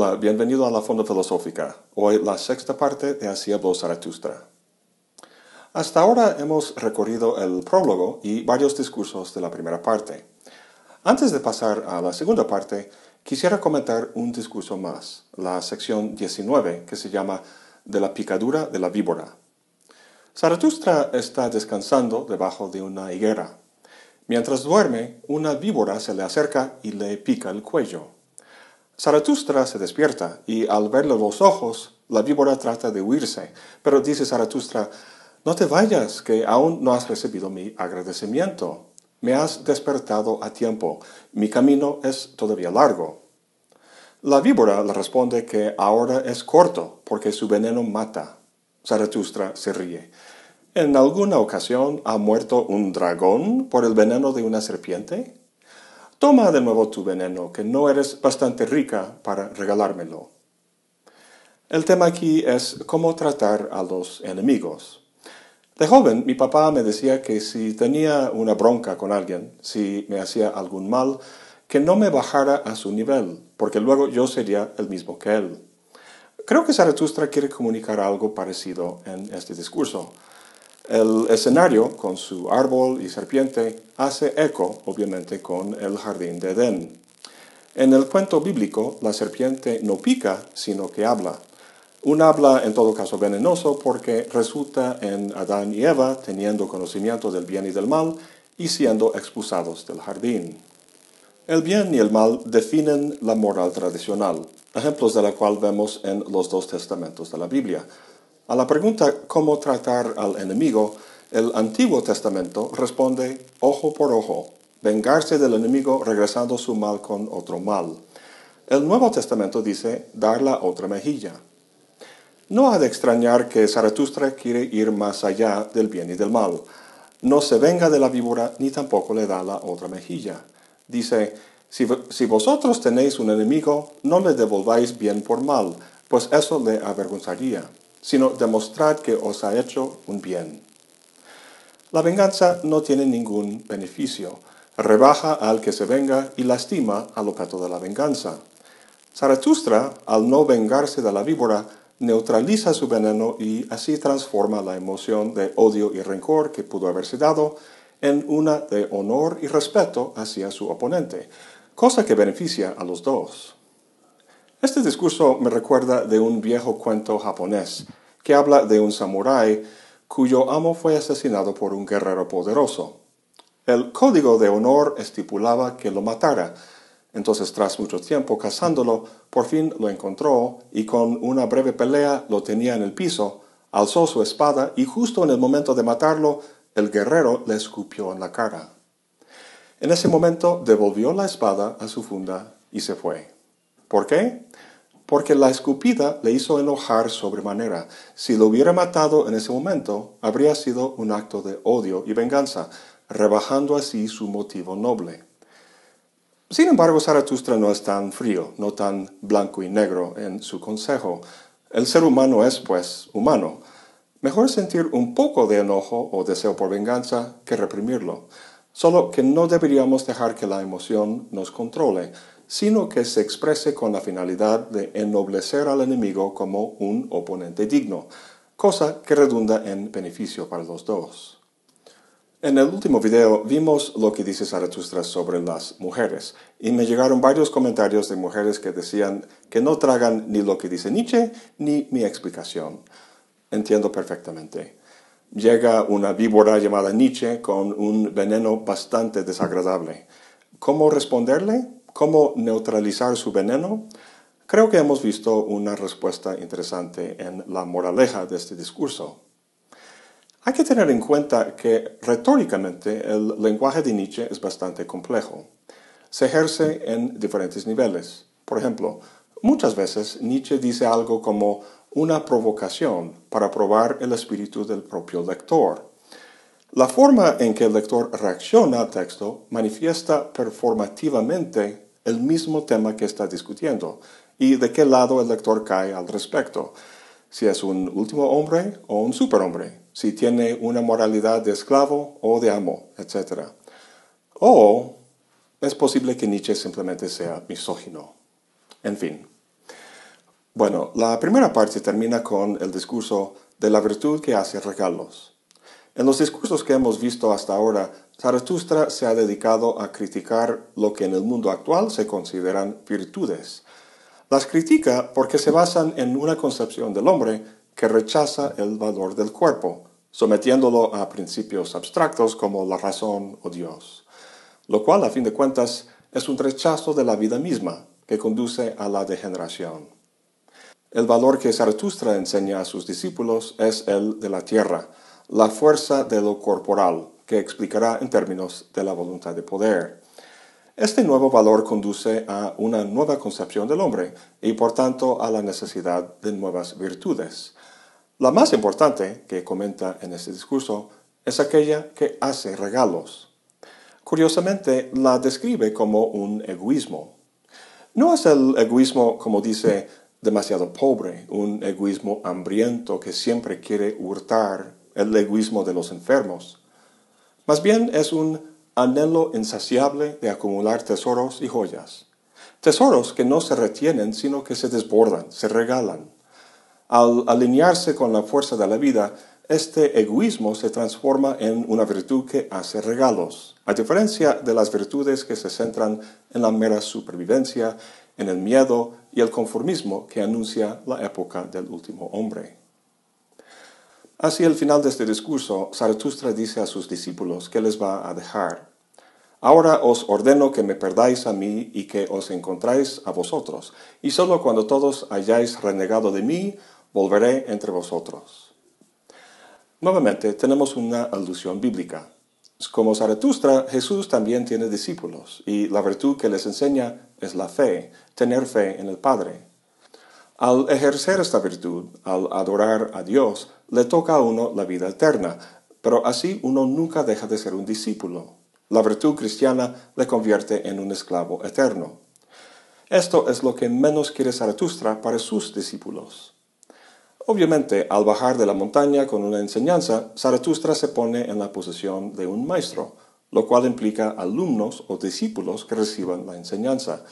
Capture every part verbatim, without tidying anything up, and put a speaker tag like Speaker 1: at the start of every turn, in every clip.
Speaker 1: Hola, bienvenido a la Fonda Filosófica. Hoy la sexta parte de Así habló Zaratustra. Hasta ahora hemos recorrido el prólogo y varios discursos de la primera parte. Antes de pasar a la segunda parte, quisiera comentar un discurso más, la sección diecinueve, que se llama De la picadura de la víbora. Zaratustra está descansando debajo de una higuera. Mientras duerme, una víbora se le acerca y le pica el cuello. Zaratustra se despierta y al verle los ojos, la víbora trata de huirse, pero dice Zaratustra: «No te vayas, que aún no has recibido mi agradecimiento. Me has despertado a tiempo. Mi camino es todavía largo». La víbora le responde que ahora es corto, porque su veneno mata. Zaratustra se ríe. ¿En alguna ocasión ha muerto un dragón por el veneno de una serpiente? Toma de nuevo tu veneno, que no eres bastante rica para regalármelo. El tema aquí es cómo tratar a los enemigos. De joven, mi papá me decía que si tenía una bronca con alguien, si me hacía algún mal, que no me bajara a su nivel, porque luego yo sería el mismo que él. Creo que Zaratustra quiere comunicar algo parecido en este discurso. El escenario, con su árbol y serpiente, hace eco, obviamente, con el jardín de Edén. En el cuento bíblico, la serpiente no pica, sino que habla. Un habla, en todo caso, venenoso, porque resulta en Adán y Eva teniendo conocimiento del bien y del mal y siendo expulsados del jardín. El bien y el mal definen la moral tradicional, ejemplos de la cual vemos en los dos testamentos de la Biblia. A la pregunta ¿cómo tratar al enemigo?, el Antiguo Testamento responde ojo por ojo, vengarse del enemigo regresando su mal con otro mal. El Nuevo Testamento dice dar la otra mejilla. No ha de extrañar que Zaratustra quiere ir más allá del bien y del mal. No se venga de la víbora ni tampoco le da la otra mejilla. Dice, si, si vosotros tenéis un enemigo, no le devolváis bien por mal, pues eso le avergonzaría, sino demostrad que os ha hecho un bien. La venganza no tiene ningún beneficio. Rebaja al que se venga y lastima al objeto de la venganza. Zaratustra, al no vengarse de la víbora, neutraliza su veneno y así transforma la emoción de odio y rencor que pudo haberse dado en una de honor y respeto hacia su oponente, cosa que beneficia a los dos. Este discurso me recuerda de un viejo cuento japonés que habla de un samurái cuyo amo fue asesinado por un guerrero poderoso. El código de honor estipulaba que lo matara. Entonces, tras mucho tiempo cazándolo, por fin lo encontró y con una breve pelea lo tenía en el piso, alzó su espada y justo en el momento de matarlo, el guerrero le escupió en la cara. En ese momento devolvió la espada a su funda y se fue. ¿Por qué? Porque la escupida le hizo enojar sobremanera. Si lo hubiera matado en ese momento, habría sido un acto de odio y venganza, rebajando así su motivo noble. Sin embargo, Zaratustra no es tan frío, no tan blanco y negro en su consejo. El ser humano es, pues, humano. Mejor sentir un poco de enojo o deseo por venganza que reprimirlo. Solo que no deberíamos dejar que la emoción nos controle, sino que se exprese con la finalidad de ennoblecer al enemigo como un oponente digno, cosa que redunda en beneficio para los dos. En el último video vimos lo que dice Zaratustra sobre las mujeres, y me llegaron varios comentarios de mujeres que decían que no tragan ni lo que dice Nietzsche ni mi explicación. Entiendo perfectamente. Llega una víbora llamada Nietzsche con un veneno bastante desagradable. ¿Cómo responderle? ¿Cómo neutralizar su veneno? Creo que hemos visto una respuesta interesante en la moraleja de este discurso. Hay que tener en cuenta que retóricamente el lenguaje de Nietzsche es bastante complejo. Se ejerce en diferentes niveles. Por ejemplo, muchas veces Nietzsche dice algo como una provocación para probar el espíritu del propio lector. La forma en que el lector reacciona al texto manifiesta performativamente el mismo tema que está discutiendo y de qué lado el lector cae al respecto. Si es un último hombre o un superhombre, si tiene una moralidad de esclavo o de amo, etcétera. O es posible que Nietzsche simplemente sea misógino. En fin. Bueno, la primera parte termina con el discurso de la virtud que hace regalos. En los discursos que hemos visto hasta ahora, Zaratustra se ha dedicado a criticar lo que en el mundo actual se consideran virtudes. Las critica porque se basan en una concepción del hombre que rechaza el valor del cuerpo, sometiéndolo a principios abstractos como la razón o Dios, lo cual, a fin de cuentas, es un rechazo de la vida misma que conduce a la degeneración. El valor que Zaratustra enseña a sus discípulos es el de la tierra, la fuerza de lo corporal, que explicará en términos de la voluntad de poder. Este nuevo valor conduce a una nueva concepción del hombre y por tanto a la necesidad de nuevas virtudes. La más importante, que comenta en este discurso, es aquella que hace regalos. Curiosamente, la describe como un egoísmo. No es el egoísmo, como dice, demasiado pobre, un egoísmo hambriento que siempre quiere hurtar, el egoísmo de los enfermos. Más bien es un anhelo insaciable de acumular tesoros y joyas. Tesoros que no se retienen, sino que se desbordan, se regalan. Al alinearse con la fuerza de la vida, este egoísmo se transforma en una virtud que hace regalos, a diferencia de las virtudes que se centran en la mera supervivencia, en el miedo y el conformismo que anuncia la época del último hombre. Hacia el final de este discurso, Zaratustra dice a sus discípulos que les va a dejar. Ahora os ordeno que me perdáis a mí y que os encontráis a vosotros, y solo cuando todos hayáis renegado de mí, volveré entre vosotros. Nuevamente, tenemos una alusión bíblica. Como Zaratustra, Jesús también tiene discípulos, y la virtud que les enseña es la fe, tener fe en el Padre. Al ejercer esta virtud, al adorar a Dios, le toca a uno la vida eterna, pero así uno nunca deja de ser un discípulo. La virtud cristiana le convierte en un esclavo eterno. Esto es lo que menos quiere Zaratustra para sus discípulos. Obviamente, al bajar de la montaña con una enseñanza, Zaratustra se pone en la posición de un maestro, lo cual implica alumnos o discípulos que reciban la enseñanza.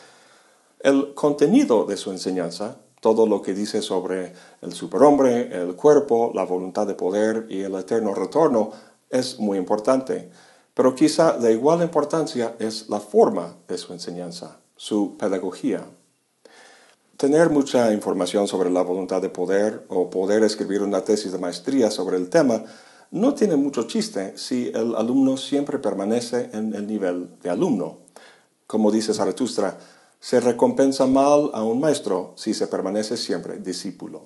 Speaker 1: El contenido de su enseñanza, todo lo que dice sobre el superhombre, el cuerpo, la voluntad de poder y el eterno retorno, es muy importante. Pero quizá de igual importancia es la forma de su enseñanza, su pedagogía. Tener mucha información sobre la voluntad de poder o poder escribir una tesis de maestría sobre el tema no tiene mucho chiste si el alumno siempre permanece en el nivel de alumno. Como dice Zaratustra, se recompensa mal a un maestro si se permanece siempre discípulo.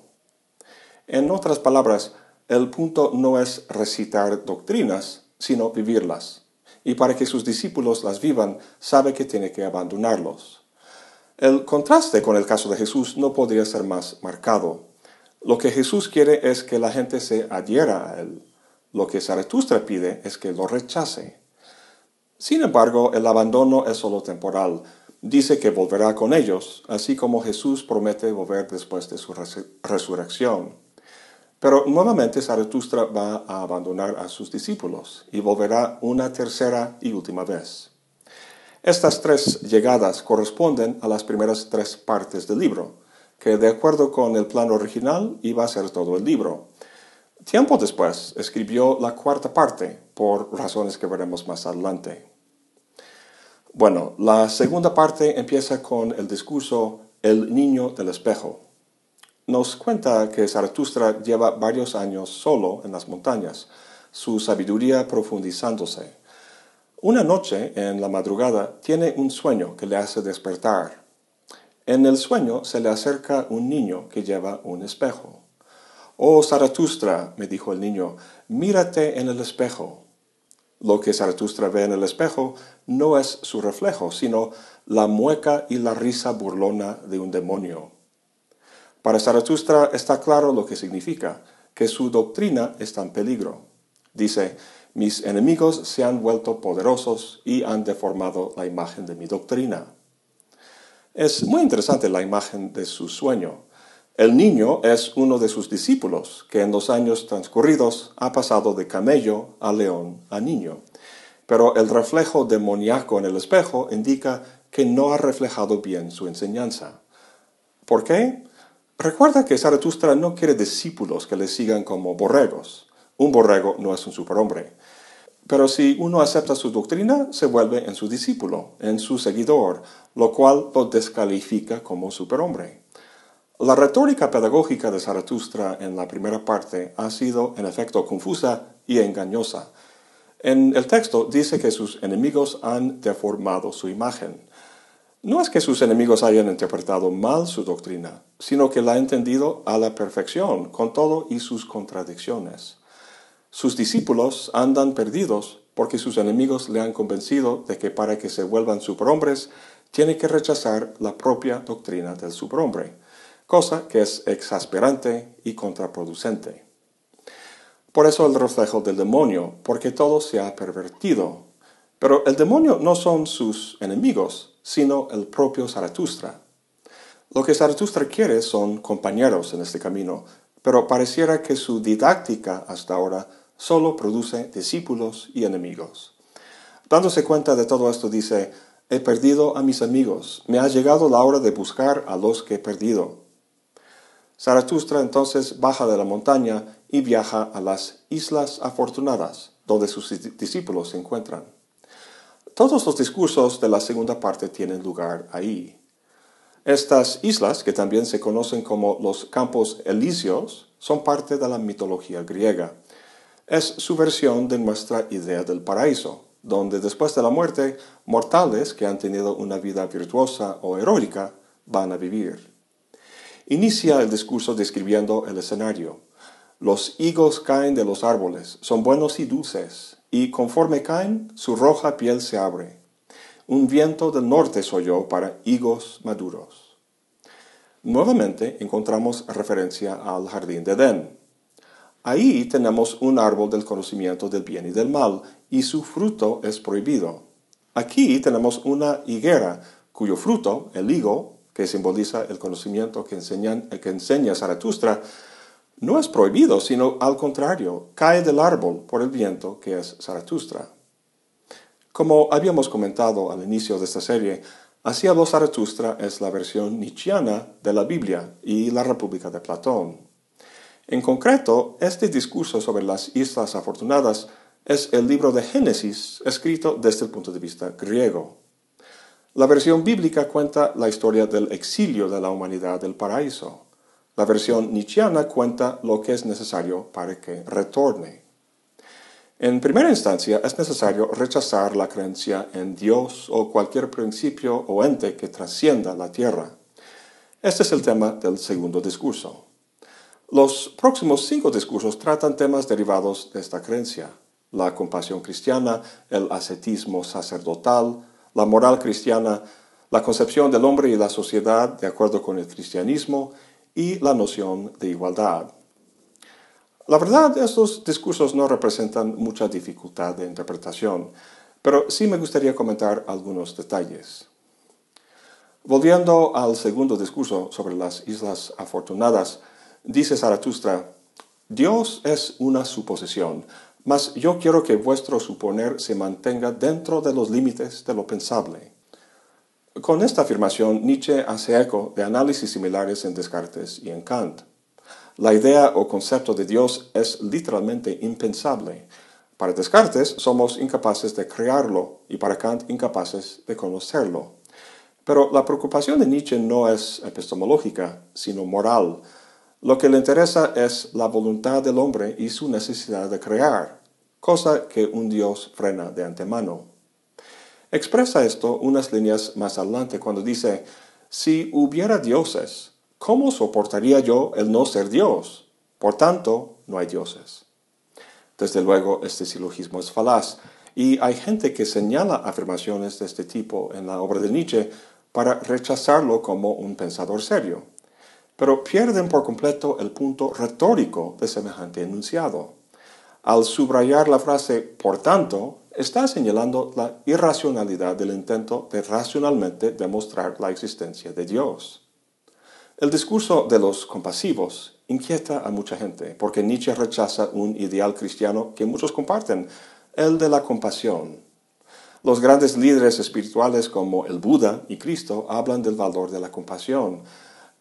Speaker 1: En otras palabras, el punto no es recitar doctrinas, sino vivirlas. Y para que sus discípulos las vivan, sabe que tiene que abandonarlos. El contraste con el caso de Jesús no podría ser más marcado. Lo que Jesús quiere es que la gente se adhiera a él. Lo que Zaratustra pide es que lo rechace. Sin embargo, el abandono es solo temporal. Dice que volverá con ellos, así como Jesús promete volver después de su resurrección. Pero nuevamente Zaratustra va a abandonar a sus discípulos y volverá una tercera y última vez. Estas tres llegadas corresponden a las primeras tres partes del libro, que de acuerdo con el plan original iba a ser todo el libro. Tiempo después escribió la cuarta parte, por razones que veremos más adelante. Bueno, la segunda parte empieza con el discurso El niño del espejo. Nos cuenta que Zaratustra lleva varios años solo en las montañas, su sabiduría profundizándose. Una noche, en la madrugada, tiene un sueño que le hace despertar. En el sueño se le acerca un niño que lleva un espejo. «Oh, Zaratustra», me dijo el niño, «mírate en el espejo». Lo que Zaratustra ve en el espejo no es su reflejo, sino la mueca y la risa burlona de un demonio. Para Zaratustra está claro lo que significa, que su doctrina está en peligro. Dice, mis enemigos se han vuelto poderosos y han deformado la imagen de mi doctrina. Es muy interesante la imagen de su sueño. El niño es uno de sus discípulos, que en los años transcurridos ha pasado de camello a león a niño. Pero el reflejo demoníaco en el espejo indica que no ha reflejado bien su enseñanza. ¿Por qué? Recuerda que Zaratustra no quiere discípulos que le sigan como borregos. Un borrego no es un superhombre. Pero si uno acepta su doctrina, se vuelve en su discípulo, en su seguidor, lo cual lo descalifica como superhombre. La retórica pedagógica de Zaratustra en la primera parte ha sido, en efecto, confusa y engañosa. En el texto dice que sus enemigos han deformado su imagen. No es que sus enemigos hayan interpretado mal su doctrina, sino que la han entendido a la perfección, con todo y sus contradicciones. Sus discípulos andan perdidos porque sus enemigos le han convencido de que para que se vuelvan superhombres, tiene que rechazar la propia doctrina del superhombre, cosa que es exasperante y contraproducente. Por eso el reflejo del demonio, porque todo se ha pervertido. Pero el demonio no son sus enemigos, sino el propio Zaratustra. Lo que Zaratustra quiere son compañeros en este camino, pero pareciera que su didáctica hasta ahora solo produce discípulos y enemigos. Dándose cuenta de todo esto dice, he perdido a mis amigos, me ha llegado la hora de buscar a los que he perdido. Zaratustra entonces baja de la montaña y viaja a las Islas Afortunadas, donde sus discípulos se encuentran. Todos los discursos de la segunda parte tienen lugar ahí. Estas islas, que también se conocen como los Campos Elíseos, son parte de la mitología griega. Es su versión de nuestra idea del paraíso, donde después de la muerte, mortales que han tenido una vida virtuosa o heroica van a vivir. Inicia el discurso describiendo el escenario. Los higos caen de los árboles, son buenos y dulces, y conforme caen, su roja piel se abre. Un viento del norte soyó para higos maduros. Nuevamente encontramos referencia al jardín de Edén. Ahí tenemos un árbol del conocimiento del bien y del mal, y su fruto es prohibido. Aquí tenemos una higuera, cuyo fruto, el higo, que simboliza el conocimiento que, enseñan, que enseña Zaratustra, no es prohibido, sino al contrario, cae del árbol por el viento que es Zaratustra. Como habíamos comentado al inicio de esta serie, Así habló Zaratustra es la versión nietzscheana de la Biblia y la República de Platón. En concreto, este discurso sobre las Islas Afortunadas es el libro de Génesis escrito desde el punto de vista griego. La versión bíblica cuenta la historia del exilio de la humanidad del paraíso. La versión nietzscheana cuenta lo que es necesario para que retorne. En primera instancia, es necesario rechazar la creencia en Dios o cualquier principio o ente que trascienda la tierra. Este es el tema del segundo discurso. Los próximos cinco discursos tratan temas derivados de esta creencia: la compasión cristiana, el ascetismo sacerdotal, la moral cristiana, la concepción del hombre y la sociedad de acuerdo con el cristianismo y la noción de igualdad. La verdad, estos discursos no representan mucha dificultad de interpretación, pero sí me gustaría comentar algunos detalles. Volviendo al segundo discurso sobre las Islas Afortunadas, dice Zaratustra, Dios es una suposición, mas yo quiero que vuestro suponer se mantenga dentro de los límites de lo pensable. Con esta afirmación, Nietzsche hace eco de análisis similares en Descartes y en Kant. La idea o concepto de Dios es literalmente impensable. Para Descartes somos incapaces de crearlo y para Kant incapaces de conocerlo. Pero la preocupación de Nietzsche no es epistemológica, sino moral. Lo que le interesa es la voluntad del hombre y su necesidad de crear, cosa que un Dios frena de antemano. Expresa esto unas líneas más adelante cuando dice, si hubiera dioses, ¿cómo soportaría yo el no ser Dios? Por tanto, no hay dioses. Desde luego, este silogismo es falaz, y hay gente que señala afirmaciones de este tipo en la obra de Nietzsche para rechazarlo como un pensador serio. Pero pierden por completo el punto retórico de semejante enunciado. Al subrayar la frase «por tanto», está señalando la irracionalidad del intento de racionalmente demostrar la existencia de Dios. El discurso de los compasivos inquieta a mucha gente, porque Nietzsche rechaza un ideal cristiano que muchos comparten, el de la compasión. Los grandes líderes espirituales como el Buda y Cristo hablan del valor de la compasión.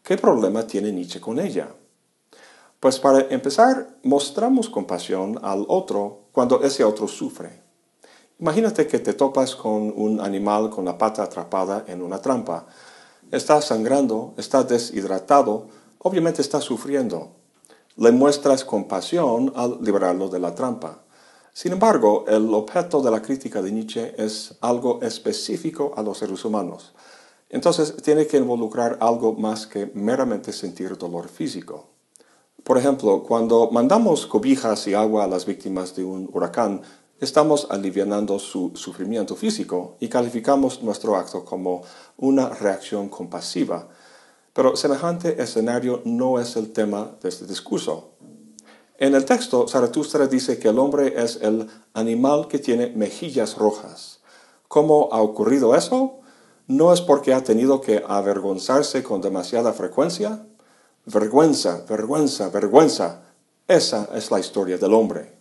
Speaker 1: ¿Qué problema tiene Nietzsche con ella? Pues para empezar, mostramos compasión al otro cuando ese otro sufre. Imagínate que te topas con un animal con la pata atrapada en una trampa. Está sangrando, está deshidratado, obviamente está sufriendo. Le muestras compasión al liberarlo de la trampa. Sin embargo, el objeto de la crítica de Nietzsche es algo específico a los seres humanos. Entonces tiene que involucrar algo más que meramente sentir dolor físico. Por ejemplo, cuando mandamos cobijas y agua a las víctimas de un huracán, estamos alivianando su sufrimiento físico y calificamos nuestro acto como una reacción compasiva. Pero semejante escenario no es el tema de este discurso. En el texto, Zaratustra dice que el hombre es el animal que tiene mejillas rojas. ¿Cómo ha ocurrido eso? ¿No es porque ha tenido que avergonzarse con demasiada frecuencia? Vergüenza, vergüenza, vergüenza. Esa es la historia del hombre.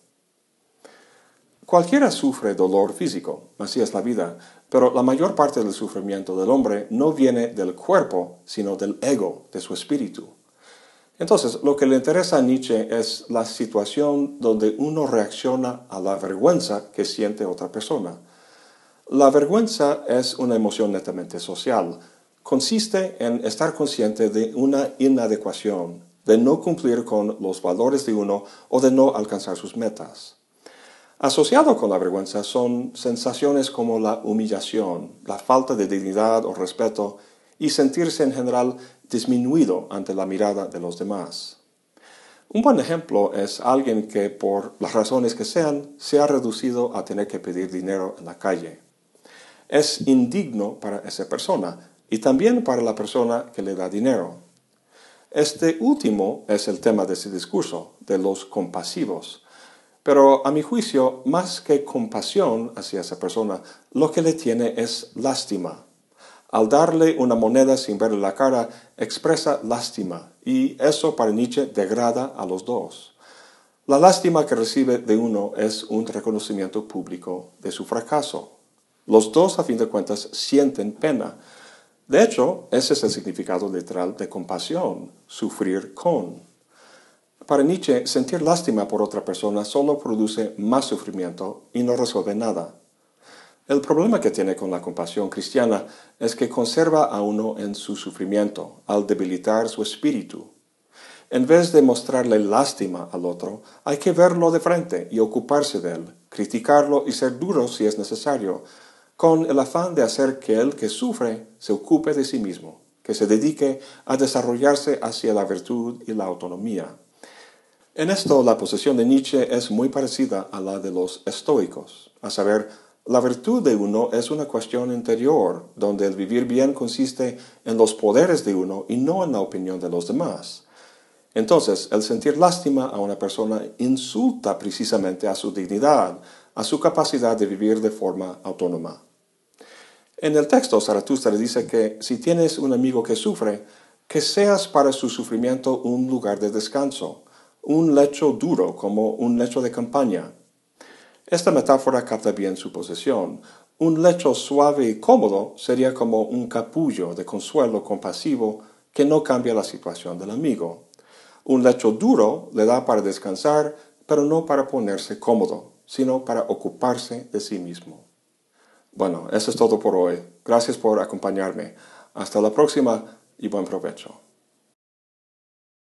Speaker 1: Cualquiera sufre dolor físico, así es la vida, pero la mayor parte del sufrimiento del hombre no viene del cuerpo, sino del ego, de su espíritu. Entonces, lo que le interesa a Nietzsche es la situación donde uno reacciona a la vergüenza que siente otra persona. La vergüenza es una emoción netamente social. Consiste en estar consciente de una inadecuación, de no cumplir con los valores de uno o de no alcanzar sus metas. Asociado con la vergüenza son sensaciones como la humillación, la falta de dignidad o respeto y sentirse en general disminuido ante la mirada de los demás. Un buen ejemplo es alguien que, por las razones que sean, se ha reducido a tener que pedir dinero en la calle. Es indigno para esa persona y también para la persona que le da dinero. Este último es el tema de ese discurso, de los compasivos. Pero a mi juicio, más que compasión hacia esa persona, lo que le tiene es lástima. Al darle una moneda sin verle la cara, expresa lástima, y eso para Nietzsche degrada a los dos. La lástima que recibe de uno es un reconocimiento público de su fracaso. Los dos, a fin de cuentas, sienten pena. De hecho, ese es el significado literal de compasión, sufrir con. Para Nietzsche, sentir lástima por otra persona solo produce más sufrimiento y no resuelve nada. El problema que tiene con la compasión cristiana es que conserva a uno en su sufrimiento, al debilitar su espíritu. En vez de mostrarle lástima al otro, hay que verlo de frente y ocuparse de él, criticarlo y ser duro si es necesario, con el afán de hacer que el que sufre se ocupe de sí mismo, que se dedique a desarrollarse hacia la virtud y la autonomía. En esto, la posición de Nietzsche es muy parecida a la de los estoicos, a saber, la virtud de uno es una cuestión interior, donde el vivir bien consiste en los poderes de uno y no en la opinión de los demás. Entonces, el sentir lástima a una persona insulta precisamente a su dignidad, a su capacidad de vivir de forma autónoma. En el texto, Zaratustra dice que si tienes un amigo que sufre, que seas para su sufrimiento un lugar de descanso, un lecho duro como un lecho de campaña. Esta metáfora capta bien su posición. Un lecho suave y cómodo sería como un capullo de consuelo compasivo que no cambia la situación del amigo. Un lecho duro le da para descansar, pero no para ponerse cómodo, sino para ocuparse de sí mismo. Bueno, eso es todo por hoy. Gracias por acompañarme. Hasta la próxima y buen provecho.